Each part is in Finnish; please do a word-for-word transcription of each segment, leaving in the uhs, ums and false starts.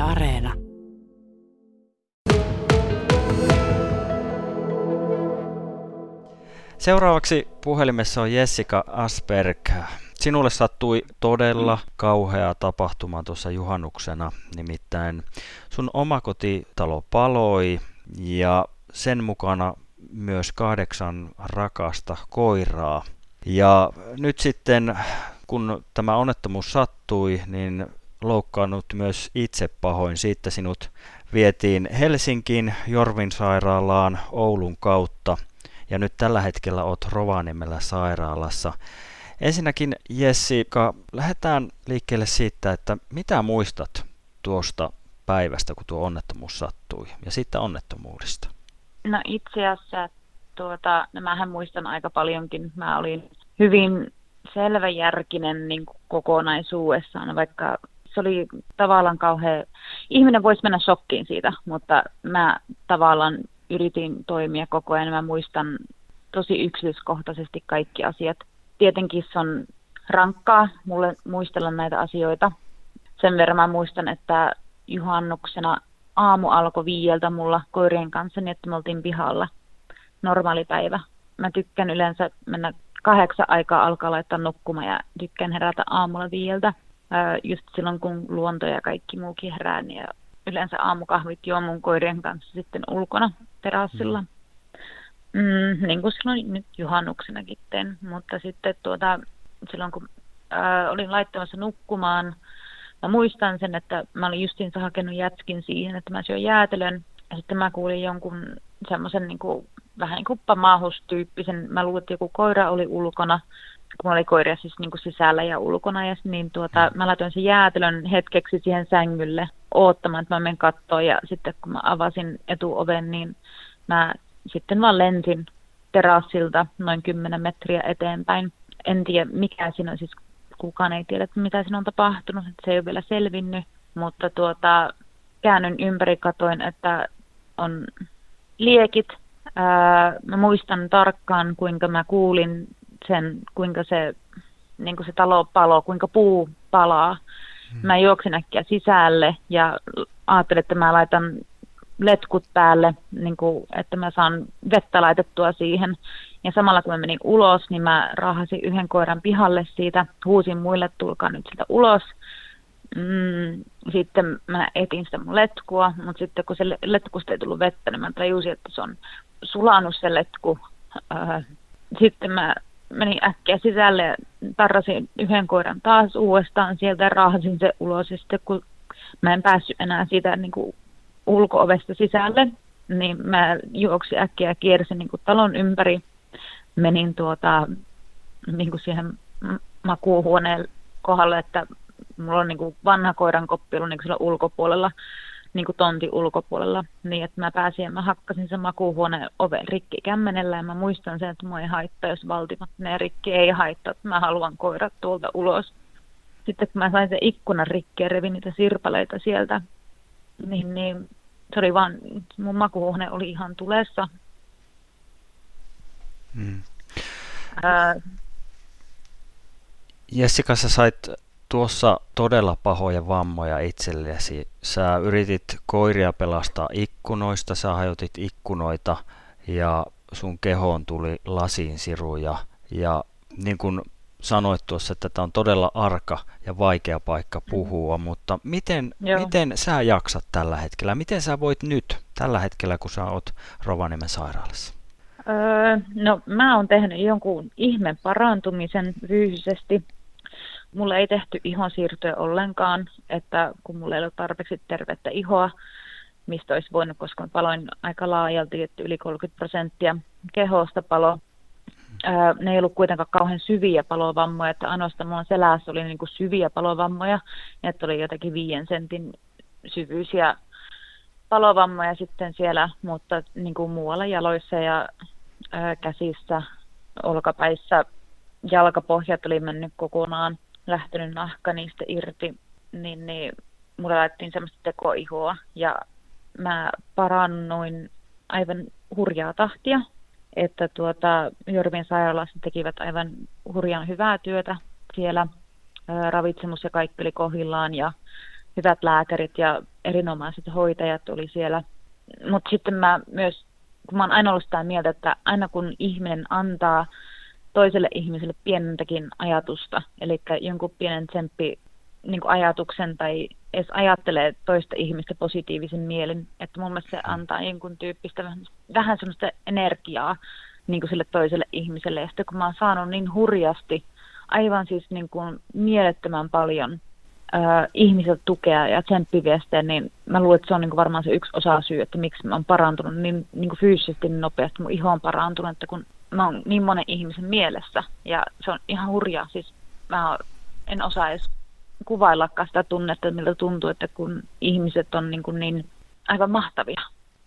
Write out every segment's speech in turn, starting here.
Areena. Seuraavaksi puhelimessa on Jessica Asperg. Sinulle sattui todella kauhea tapahtuma tuossa juhannuksena, nimittäin sun omakotitalo paloi ja sen mukana myös kahdeksan rakasta koiraa. Ja nyt sitten, kun tämä onnettomuus sattui, niin loukkaannut myös itse pahoin. Siitä sinut vietiin Helsinkiin Jorvin sairaalaan Oulun kautta. Ja nyt tällä hetkellä olet Rovaniemellä sairaalassa. Ensinnäkin Jessica, lähdetään liikkeelle siitä, että mitä muistat tuosta päivästä, kun tuo onnettomuus sattui, ja siitä onnettomuudesta? No itse asiassa, tuota, no mähän muistan aika paljonkin. Mä olin hyvin selväjärkinen niin kuin kokonaisuudessaan, vaikka se oli tavallaan kauhean, ihminen voisi mennä shokkiin siitä, mutta mä tavallaan yritin toimia koko ajan. Mä muistan tosi yksityiskohtaisesti kaikki asiat. Tietenkin se on rankkaa mulle muistella näitä asioita. Sen verran mä muistan, että juhannuksena aamu alkoi viieltä mulla koirien kanssa niin, että me oltiin pihalla. Normaali päivä. Mä tykkään yleensä mennä kahdeksan aikaa alkaa laittaa nukkumaan ja tykkään herätä aamulla viieltä. Just silloin kun luonto ja kaikki muukin herää, niin ja yleensä aamukahvit juo mun koirien kanssa sitten ulkona terassilla. Mm, niin kuin silloin nyt juhannuksenakin teen. Mutta sitten tuota, silloin kun ää, olin laittamassa nukkumaan, mä muistan sen, että mä olin justiinsa hakenut jätskin siihen, että mä syön jäätelön. Ja sitten mä kuulin jonkun semmoisen niin kuin, vähän niin kuin pamaahustyyppisen. Mä luulin, että joku koira oli ulkona. Kun oli koiria siis niin kuin sisällä ja ulkona, ja niin tuota, mä laitoin sen jäätelön hetkeksi siihen sängylle oottamaan, että mä menen katsomaan, ja sitten kun mä avasin etuoven, niin mä sitten vaan lensin terassilta noin kymmenen metriä eteenpäin. En tiedä mikä siinä on, siis kukaan ei tiedä, että mitä siinä on tapahtunut, että se ei ole vielä selvinnyt, mutta tuota, käännyn ympäri, katoin, että on liekit. Ää, mä muistan tarkkaan, kuinka mä kuulin sen, kuinka se, niin kuin se talo paloo, kuinka puu palaa. Hmm. Mä juoksin äkkiä sisälle ja ajattelin, että mä laitan letkut päälle, niin kuin, että mä saan vettä laitettua siihen. Ja samalla kun mä menin ulos, niin mä raahasin yhden koiran pihalle siitä, huusin muille, tulkaa nyt sitä ulos. Mm, sitten mä etin sitä mun letkua, mutta sitten kun se letkusta ei tullut vettä, niin mä tajusin, että se on sulanut se letku. Äh, sitten mä menin äkkiä sisälle ja tarrasin yhden koiran taas uudestaan sieltä ja raahasin se ulos. Ja sitten kun mä en päässyt enää siitä niin kuin ulko-ovesta sisälle, niin mä juoksin äkkiä ja kiersin niin kuin talon ympäri. Menin tuota, niin kuin siihen makuuhuoneen kohdalle, että mulla on niin kuin vanha koiran koppi ollut niin kuin sillä ulkopuolella, niin kuin tontin ulkopuolella, niin että mä pääsin ja mä hakkasin sen makuuhuoneen oven rikki kämmenellä ja mä muistan sen, että mua ei haittaa, jos valtimat ne rikki ei haittaa, että mä haluan koirat tuolta ulos. Sitten kun mä sain sen ikkunan rikki ja revin niitä sirpaleita sieltä, niin, niin se oli vaan, mun makuuhuone oli ihan tulessa. Hmm. Ää, Jessica, sä sait tuossa todella pahoja vammoja itsellesi. Sä yritit koiria pelastaa ikkunoista, sä hajotit ikkunoita ja sun kehoon tuli lasinsiruja. Ja niin kuin sanoit tuossa, että tämä on todella arka ja vaikea paikka puhua, mutta miten, miten sä jaksat tällä hetkellä? Miten sä voit nyt tällä hetkellä, kun sä oot Rovaniemen sairaalassa? Öö, no mä oon tehnyt jonkun ihmeen parantumisen fyysisesti. Mulla ei tehty ihonsiirtoja ollenkaan, että kun mulla ei ollut tarpeeksi tervettä ihoa, mistä olisi voinut, koska mä paloin aika laajalti, että yli kolmekymmentä prosenttia kehosta palo. Ää, ne ei ollut kuitenkaan kauhean syviä palovammoja, että ainoastaan mulla selässä oli niin kuin syviä palovammoja, että oli jotakin viiden sentin syvyisiä palovammoja sitten siellä, mutta niin kuin muualla jaloissa ja ää, käsissä, olkapäissä, jalkapohjat oli mennyt kokonaan, lähtenyt nahka niistä irti, niin, niin mulle laitettiin semmoista tekoihoa ja mä parannuin aivan hurjaa tahtia, että tuota, Jorvin sairaalassa tekivät aivan hurjan hyvää työtä siellä, ää, ravitsemus ja kaikki oli kohdillaan ja hyvät lääkärit ja erinomaiset hoitajat oli siellä. Mutta sitten mä myös, kun mä oon aina ollut sitä mieltä, että aina kun ihminen antaa toiselle ihmiselle pienentäkin ajatusta, eli jonkun pienen tsemppi niin kuin ajatuksen tai edes ajattelee toista ihmistä positiivisen mielin, että mun mielestä se antaa jonkun tyyppistä vähän semmoista energiaa niin kuin sille toiselle ihmiselle. Ja sitten kun mä oon saanut niin hurjasti, aivan siis niin kuin mielettömän paljon ää, ihmisiltä tukea ja tsemppiviestejä, niin mä luulen, että se on niin kuin varmaan se yksi osa syy, että miksi mä oon parantunut niin, niin kuin fyysisesti niin nopeasti, mun iho on parantunut, että kun mä oon niin monen ihmisen mielessä ja se on ihan hurjaa, siis mä oon, en osaa edes kuvaillakaan sitä tunnetta, miltä tuntuu, että kun ihmiset on niin, kuin niin aivan mahtavia.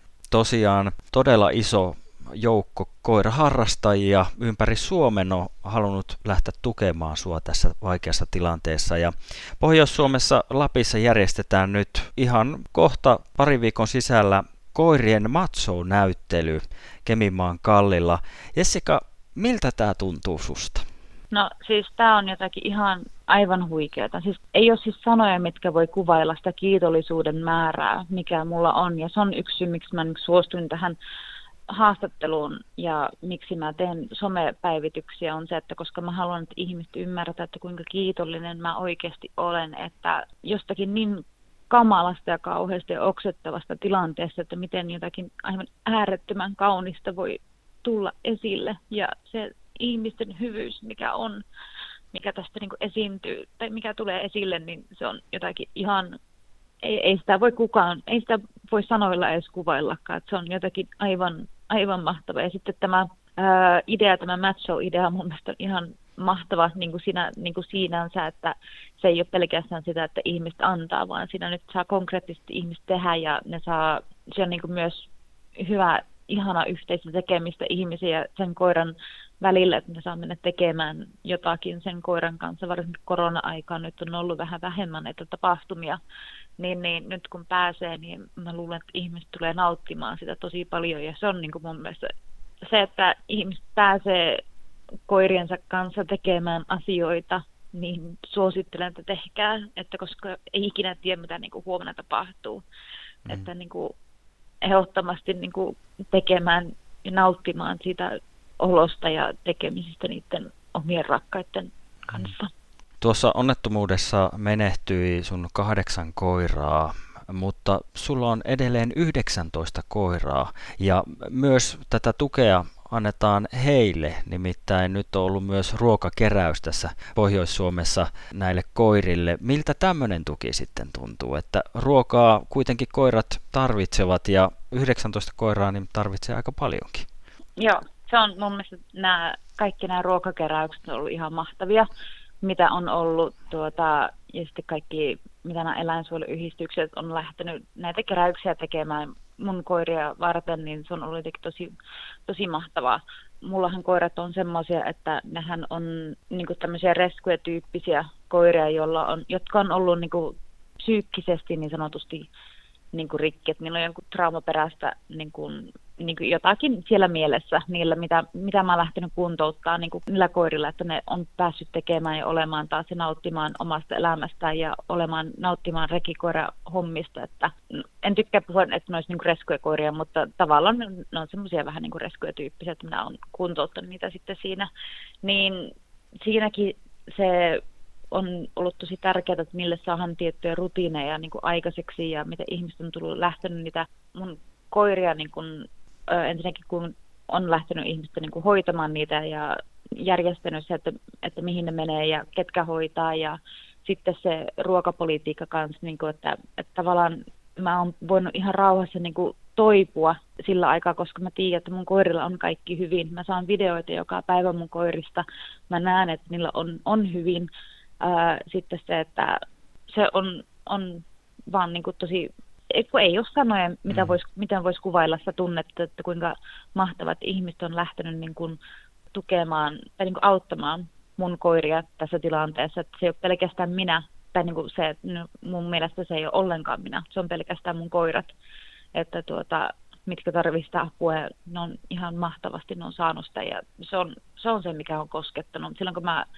Tosiaan todella iso joukko koiraharrastajia ympäri Suomen on halunnut lähteä tukemaan sua tässä vaikeassa tilanteessa. Ja Pohjois-Suomessa Lapissa järjestetään nyt ihan kohta parin viikon sisällä koirien matsou-näyttely Keminmaan Kallilla. Jessica, miltä tämä tuntuu susta? No siis tämä on jotakin ihan aivan huikeata. Siis ei ole siis sanoja, mitkä voi kuvailla sitä kiitollisuuden määrää, mikä mulla on. Ja se on yksi syy, miksi mä nyt suostuin tähän haastatteluun ja miksi mä teen somepäivityksiä on se, että koska mä haluan, että ihmiset ymmärtää, että kuinka kiitollinen mä oikeasti olen, että jostakin niin kamalasta ja kauheasta ja oksettavasta tilanteesta, että miten jotakin aivan äärettömän kaunista voi tulla esille ja se ihmisten hyvyys, mikä on, mikä tästä niin kuin esiintyy tai mikä tulee esille, niin se on jotakin ihan, ei, ei sitä voi kukaan, ei sitä voi sanoilla edes kuvaillakaan, että se on jotakin aivan, aivan mahtavaa. Ja sitten tämä ää, idea, tämä match show-idea mun mielestä on ihan mahtava niin kuin siinä, niin kuin siinänsä, että se ei ole pelkästään sitä, että ihmiset antaa, vaan siinä nyt saa konkreettisesti ihmiset tehdä ja ne saa, se on niin kuin myös hyvä, ihana yhteistä tekemistä ihmisiä ja sen koiran välillä, että ne saa mennä tekemään jotakin sen koiran kanssa, varsinkin korona-aikaan nyt on ollut vähän vähemmän näitä tapahtumia, niin, niin nyt kun pääsee, niin mä luulen, että ihmiset tulee nauttimaan sitä tosi paljon ja se on niin kuin mun mielestä se, että ihmiset pääsee koiriensa kanssa tekemään asioita, niin suosittelen, että tehkää, että koska ei ikinä tiedä, mitä niin kuin huomenna tapahtuu, mm. että niin kuin ehdottomasti niin kuin tekemään ja nauttimaan siitä olosta ja tekemisistä niiden omien rakkaiden kanssa. Tuossa onnettomuudessa menehtyi sun kahdeksan koiraa, mutta sulla on edelleen yhdeksäntoista koiraa ja myös tätä tukea annetaan heille, nimittäin nyt on ollut myös ruokakeräys tässä Pohjois-Suomessa näille koirille. Miltä tämmöinen tuki sitten tuntuu, että ruokaa kuitenkin koirat tarvitsevat ja yhdeksäntoista koiraa niin tarvitsee aika paljonkin? Joo, se on mun mielestä nämä, kaikki nämä ruokakeräykset on ollut ihan mahtavia, mitä on ollut tuota, ja sitten kaikki, mitä nämä eläinsuojeluyhdistykset on lähtenyt näitä keräyksiä tekemään mun koiria varten, niin se on ollut jotenkin tosi, tosi mahtavaa. Mullahan koirat on semmoisia, että nehän on niinku tämmöisiä rescue-tyyppisiä koiria, jolla on, jotka on ollut niinku psyykkisesti niin sanotusti niinku rikki, että niillä on jonkun traumaperäistä niinku, niinku jotakin siellä mielessä, niillä mitä, mitä mä oon lähtenyt kuntouttaa niinku niillä koirilla, että ne on päässyt tekemään ja olemaan taas ja nauttimaan omasta elämästään ja olemaan nauttimaan rekikoira-hommista, että en tykkää puhua, että ne olisi niinku rescue-koiria, mutta tavallaan ne on semmoisia vähän niinku rescue-tyyppisiä, että minä olen kuntouttanut niitä sitten siinä, niin siinäkin se on ollut tosi tärkeää, että niille saadaan tiettyjä rutiineja niin kuin aikaiseksi ja miten ihmiset on tullut lähtenyt niitä mun koiria niin kuin, ö, ensinnäkin kun on lähtenyt ihmisten niin kuin hoitamaan niitä ja järjestänyt se, että, että mihin ne menee ja ketkä hoitaa ja sitten se ruokapolitiikka kanssa, niin kuin, että, että tavallaan mä oon voinut ihan rauhassa niin kuin toipua sillä aikaa, koska mä tiedän, että mun koirilla on kaikki hyvin. Mä saan videoita joka päivä mun koirista. Mä näen, että niillä on, on hyvin. Ää, sitten se, että se on, on vaan niin kuin tosi, kun ei ole sanoja, mitä Mm. vois, miten voisi kuvailla sitä tunnetta, että kuinka mahtavat ihmiset on lähtenyt niin kuin tukemaan tai niin kuin auttamaan mun koiria tässä tilanteessa. Että se ei ole pelkästään minä, tai niin kuin se, että mun mielestä se ei ole ollenkaan minä, se on pelkästään mun koirat, että tuota, mitkä tarvitsee apua, ja ne on ihan mahtavasti, ne on saanut sitä, ja se on se, on se mikä on koskettanut. Silloin kun mä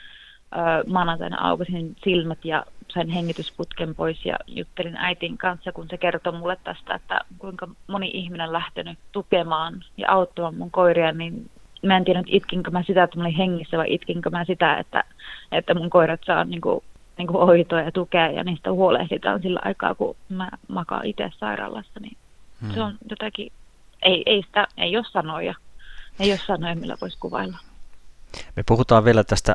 maanantaina aukasin silmät ja sain hengitysputken pois ja juttelin äitin kanssa, kun se kertoi mulle tästä, että kuinka moni ihminen on lähtenyt tukemaan ja auttamaan mun koiria, niin mä en tiedä, itkinkö mä sitä, että mä olin hengissä vai itkinkö mä sitä, että, että mun koirat saa niin kuin, niin kuin hoitoa ja tukea ja niistä huolehditaan sillä aikaa, kun mä makaan itse sairaalassa, niin hmm. se on jotakin, ei, ei sitä, ei ole sanoja, ei ole sanoja, millä voisi kuvailla. Me puhutaan vielä tästä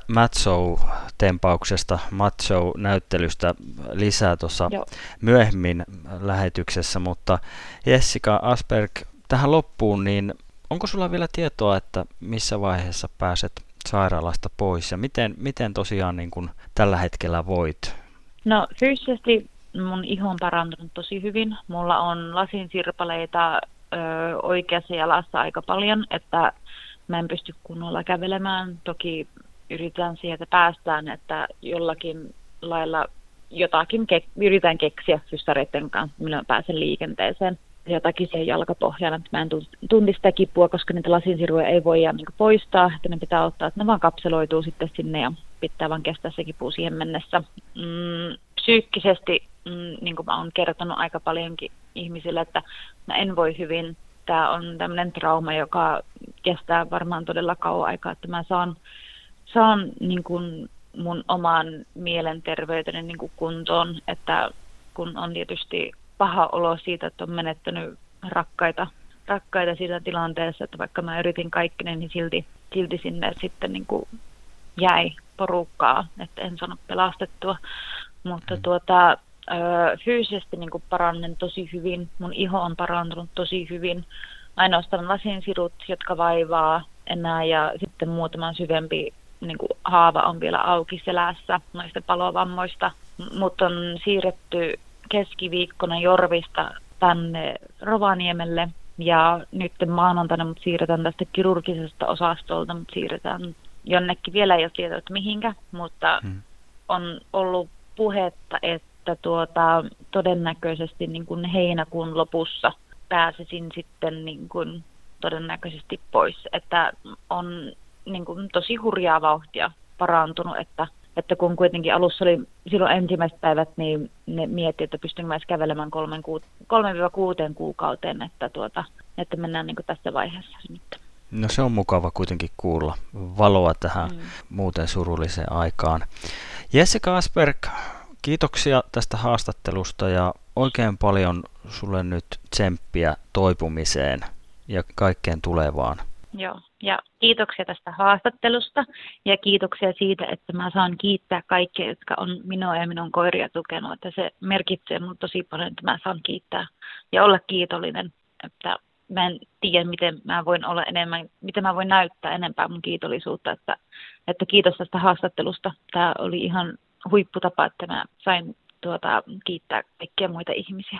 Matsou-tempauksesta, Matsou-näyttelystä lisää tuossa myöhemmin lähetyksessä, mutta Jessica Asperg, tähän loppuun, niin onko sulla vielä tietoa, että missä vaiheessa pääset sairaalasta pois ja miten, miten tosiaan niin kuin tällä hetkellä voit? No fyysisesti mun iho on parantunut tosi hyvin. Mulla on lasinsirpaleita ö, oikeassa jalassa aika paljon, että mä en pysty kunnolla kävelemään. Toki yritän sieltä päästään, että jollakin lailla jotakin kek- yritän keksiä fystareiden kanssa, millä mä pääsen liikenteeseen. Jotakin siihen jalkapohjaan, että mä en tunti sitä kipua, koska niitä lasinsiruja ei voi niin poistaa, että ne pitää ottaa, että ne vaan kapseloituu sitten sinne ja pitää vaan kestää se kipu siihen mennessä. Mm, psyykkisesti, mm, niin kuin mä oon kertonut aika paljonkin ihmisille, että mä en voi hyvin. Tämä on tämmöinen trauma, joka kestää varmaan todella kauan aikaa, että mä saan, saan niin kuin mun oman mielenterveyteni niin kuin kuntoon, että kun on tietysti paha olo siitä, että on menettänyt rakkaita, rakkaita siinä tilanteessa, että vaikka mä yritin kaikki, niin silti, silti sinne sitten niin kuin jäi porukkaa, että en saanut pelastettua. Mutta tuota, ö, fyysisesti niin kuin parannen tosi hyvin, mun iho on parantunut tosi hyvin. Ainoastaan lasinsirut, jotka vaivaa enää ja sitten muutama syvempi niin kuin haava on vielä auki selässä noista palovammoista, mutta on siirretty keskiviikkona Jorvista tänne Rovaniemelle ja nyt maanantaina mut siirretään tästä kirurgisesta osastolta, mut siirretään jonnekin, vielä ei ole tietoa, että mihinkä, mutta hmm. on ollut puhetta, että tuota, todennäköisesti niin kuin heinäkuun lopussa pääsisin sitten niin kuin todennäköisesti pois, että on niin kuin tosi hurjaa vauhtia parantunut, että Että kun kuitenkin alussa oli silloin ensimmäiset päivät, niin ne mietti, että pystynkö mä kävelemään kolmen kuut, kolmesta kuuteen kuukauteen, että, tuota, että mennään niin kuin tässä vaiheessa nyt. No se on mukava kuitenkin kuulla valoa tähän mm. muuten surulliseen aikaan. Jessica Asperg, kiitoksia tästä haastattelusta ja oikein paljon sulle nyt tsemppiä toipumiseen ja kaikkeen tulevaan. Joo, ja kiitoksia tästä haastattelusta ja kiitoksia siitä, että mä saan kiittää kaikkia, jotka on minua ja minun koiria tukenut. Että se merkitsee mun tosi paljon, että mä saan kiittää ja olla kiitollinen. Että mä en tiedä, miten mä voin olla enemmän, miten mä voin näyttää enempää mun kiitollisuutta. Että, että kiitos tästä haastattelusta. Tämä oli ihan huipputapa, että mä sain tuota, kiittää kaikkia muita ihmisiä.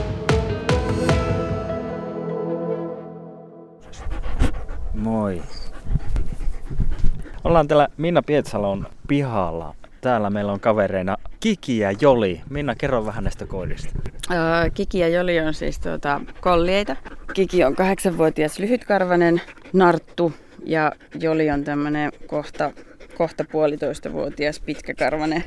Moi. Ollaan täällä Minna Pietsalon pihalla. Täällä meillä on kavereina Kiki ja Joli. Minna, kerro vähän näistä koirista. Öö, Kiki ja Joli on siis tuota, kollieita. Kiki on kahdeksanvuotias lyhytkarvainen narttu ja Joli on tämmönen kohta, kohta puolitoistavuotias pitkäkarvainen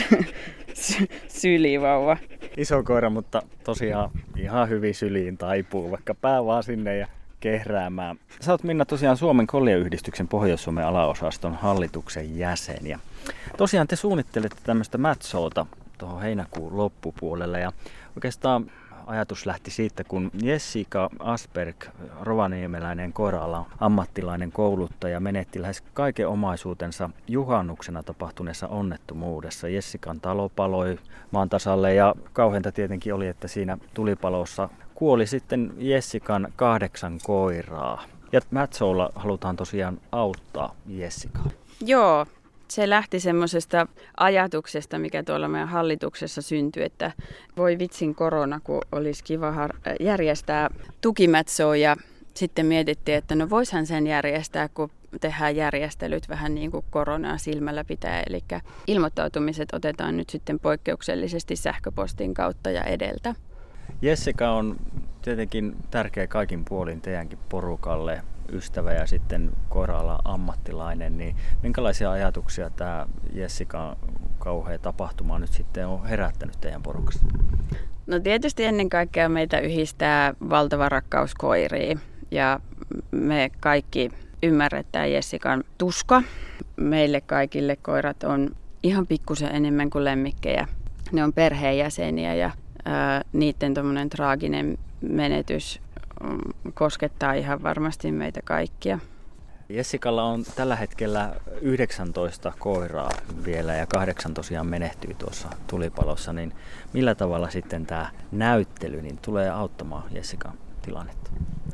sylivauva. Iso koira, mutta tosiaan ihan hyvin syliin taipuu, vaikka pää vaan sinne ja kehräämään. Sä oot, Minna, tosiaan Suomen Kollien-yhdistyksen Pohjois-Suomen alaosaston hallituksen jäsen. Ja tosiaan te suunnittelette tämmöistä Matsouta tuohon heinäkuun loppupuolelle. Ja oikeastaan ajatus lähti siitä, kun Jessica Asperg, rovaniemeläinen koira-alan ammattilainen kouluttaja, menetti lähes kaiken omaisuutensa juhannuksena tapahtuneessa onnettomuudessa. Jessican talo paloi maan tasalle ja kauheinta tietenkin oli, että siinä tulipalossa kuoli sitten Jessican kahdeksan koiraa. Ja Matsoulla halutaan tosiaan auttaa Jessicaa. Joo, se lähti semmoisesta ajatuksesta, mikä tuolla meidän hallituksessa syntyi, että voi vitsin korona, kun olisi kiva järjestää tukimätsoa ja sitten mietittiin, että no voishan sen järjestää, kun tehdään järjestelyt vähän niin kuin koronaa silmällä pitää. Eli ilmoittautumiset otetaan nyt sitten poikkeuksellisesti sähköpostin kautta ja edeltä. Jessica on tietenkin tärkeä kaikin puolin teidänkin porukalle. ystävä ja sitten koira-alan ammattilainen, niin minkälaisia ajatuksia tämä Jessikan kauhea tapahtuma nyt sitten on herättänyt teidän porukassa? No tietysti ennen kaikkea meitä yhdistää valtava rakkaus koiriin ja me kaikki ymmärretään Jessikan tuska. Meille kaikille koirat on ihan pikkusen enemmän kuin lemmikkejä. Ne on perheenjäseniä ja ää, niiden tommoinen traaginen menetys mm, koskettaa ihan varmasti meitä kaikkia. Jessikalla on tällä hetkellä yhdeksäntoista koiraa vielä ja kahdeksan tosiaan menehtyy tuossa tulipalossa. Niin millä tavalla sitten tämä näyttely niin tulee auttamaan Jessikan tilannetta?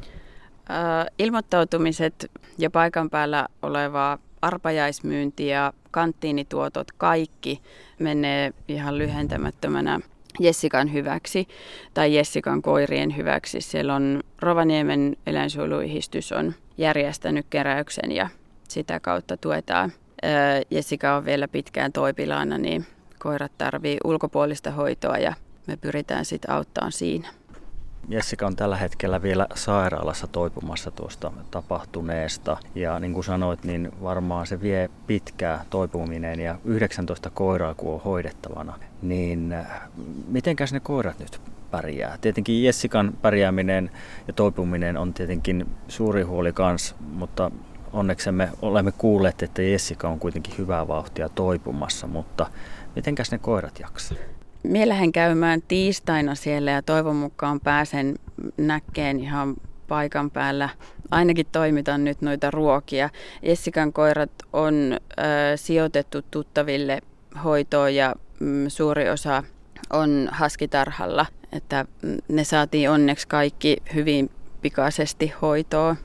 Ää, ilmoittautumiset ja paikan päällä olevaa arpajaismyynti ja kanttiinituotot, kaikki menee ihan lyhentämättömänä Jessikan hyväksi tai Jessikan koirien hyväksi. Siellä on Rovaniemen eläinsuojeluyhdistys on järjestänyt keräyksen ja sitä kautta tuetaan. Jessica on vielä pitkään toipilaana, niin koirat tarvii ulkopuolista hoitoa ja me pyritään sitten auttamaan siinä. Jessica on tällä hetkellä vielä sairaalassa toipumassa tuosta tapahtuneesta ja niin kuin sanoit, niin varmaan se vie pitkää toipuminen ja yhdeksäntoista koiraa kun on hoidettavana, niin mitenkäs ne koirat nyt pärjää? Tietenkin Jessican pärjääminen ja toipuminen on tietenkin suuri huoli kans, mutta onneksi me olemme kuulleet, että Jessica on kuitenkin hyvää vauhtia toipumassa, mutta mitenkäs ne koirat jaksaa? Mie lähden käymään tiistaina siellä ja toivon mukaan pääsen näkeen ihan paikan päällä. Ainakin toimitan nyt noita ruokia. Jessican koirat on ö, sijoitettu tuttaville hoitoon ja mm, suuri osa on haskitarhalla. Että ne saatiin onneksi kaikki hyvin pikaisesti hoitoon.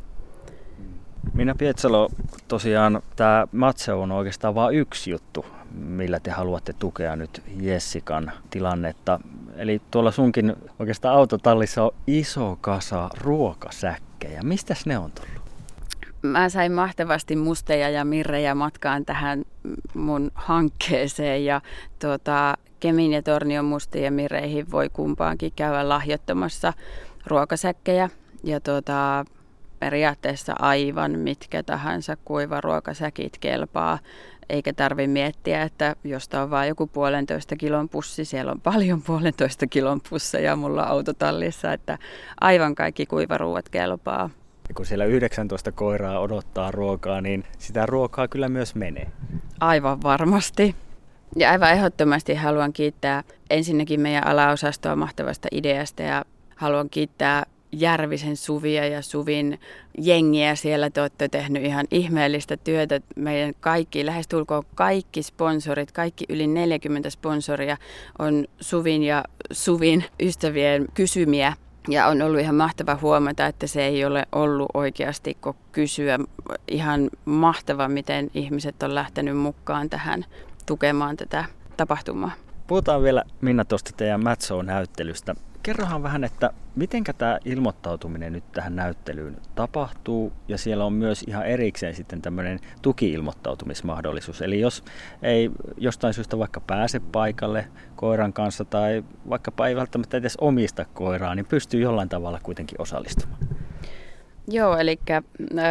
Minna Pietsalo, tosiaan tämä Matseo on oikeastaan vain yksi juttu, millä te haluatte tukea nyt Jessican tilannetta. Eli tuolla sunkin oikeastaan autotallissa on iso kasa ruokasäkkejä. Mistäs ne on tullut? Mä sain mahtavasti musteja ja mirrejä matkaan tähän mun hankkeeseen ja tuota, Kemin ja Tornion mustiin ja mirreihin voi kumpaankin käydä lahjoittamassa ruokasäkkejä ja tuota, periaatteessa aivan mitkä tahansa kuivaruokasäkit kelpaa, eikä tarvitse miettiä, että jos tämä on vain joku puolentoista kilon pussi, siellä on paljon puolentoista kilon pusseja mulla autotallissa, että aivan kaikki kuivaruuat kelpaa. Ja kun siellä yhdeksäntoista koiraa odottaa ruokaa, niin sitä ruokaa kyllä myös menee. Aivan varmasti. Ja aivan ehdottomasti haluan kiittää ensinnäkin meidän alaosastoa mahtavasta ideasta ja haluan kiittää Järvisen Suvia ja Suvin jengiä siellä. Te olette tehnyt ihan ihmeellistä työtä. Meidän kaikki, lähestulkoon kaikki sponsorit, kaikki yli neljäkymmentä sponsoria on Suvin ja Suvin ystävien kysymiä. Ja on ollut ihan mahtava huomata, että se ei ole ollut oikeasti kysyä. Ihan mahtava, miten ihmiset on lähtenyt mukaan tähän tukemaan tätä tapahtumaa. Puhutaan vielä, Minna, tuosta teidän Matseo-näyttelystä. Kerrohan vähän, että mitenkä tämä ilmoittautuminen nyt tähän näyttelyyn tapahtuu ja siellä on myös ihan erikseen sitten tämmöinen tuki-ilmoittautumismahdollisuus. Eli jos ei jostain syystä vaikka pääse paikalle koiran kanssa tai vaikkapa ei välttämättä edes omista koiraa, niin pystyy jollain tavalla kuitenkin osallistumaan. Joo, eli äh,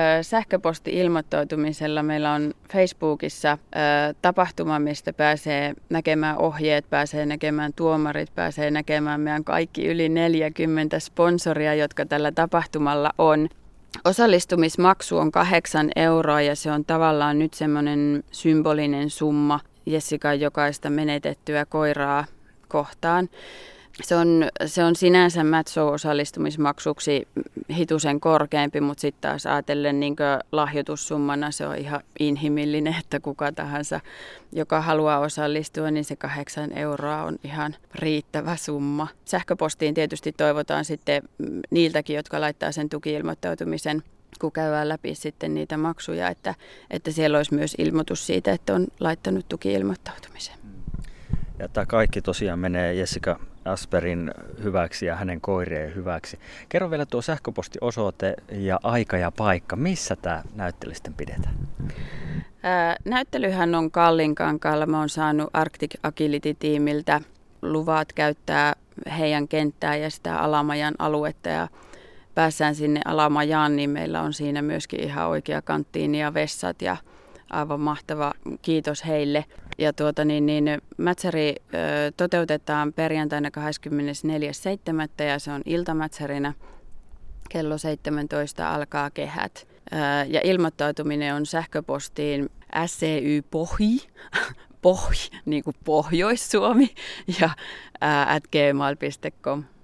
sähköposti-ilmoittautumisella meillä on Facebookissa äh, tapahtuma, mistä pääsee näkemään ohjeet, pääsee näkemään tuomarit, pääsee näkemään meidän kaikki yli neljäkymmentä sponsoria, jotka tällä tapahtumalla on. Osallistumismaksu on kahdeksan euroa ja se on tavallaan nyt semmoinen symbolinen summa Jessican jokaista menetettyä koiraa kohtaan. Se on, se on sinänsä Matseo-osallistumismaksuksi hitusen korkeampi, mutta sitten taas ajatellen niin lahjoitussummana se on ihan inhimillinen, että kuka tahansa, joka haluaa osallistua, niin se kahdeksan euroa on ihan riittävä summa. Sähköpostiin tietysti toivotaan sitten niiltäkin, jotka laittaa sen tuki-ilmoittautumisen, kun käydään läpi sitten niitä maksuja, että, että siellä olisi myös ilmoitus siitä, että on laittanut tuki-ilmoittautumisen. Ja tämä kaikki tosiaan menee Jessica Asperin hyväksi ja hänen koirien hyväksi. Kerro vielä tuo sähköpostiosoite ja aika ja paikka. Missä tämä näyttely sitten pidetään? Ää, näyttelyhän on Kallinkankaalla. Mä oon saanut Arctic Agility-tiimiltä luvat käyttää heidän kenttää ja sitä alamajan aluetta. Ja päässään sinne Alamajaan, niin meillä on siinä myöskin ihan oikea kanttiini ja vessat ja aivan mahtava, kiitos heille. Ja tuota, niin, niin, mätsäri ö, toteutetaan perjantaina kahdeskymmenesneljäs seitsemättä ja se on iltamätsärinä. Kello seitsemäntoista alkaa kehät. Ö, ja ilmoittautuminen on sähköpostiin S C Y Pohj, Pohj, niin kuin Pohjois-Suomi, ja ä, at gmail piste com.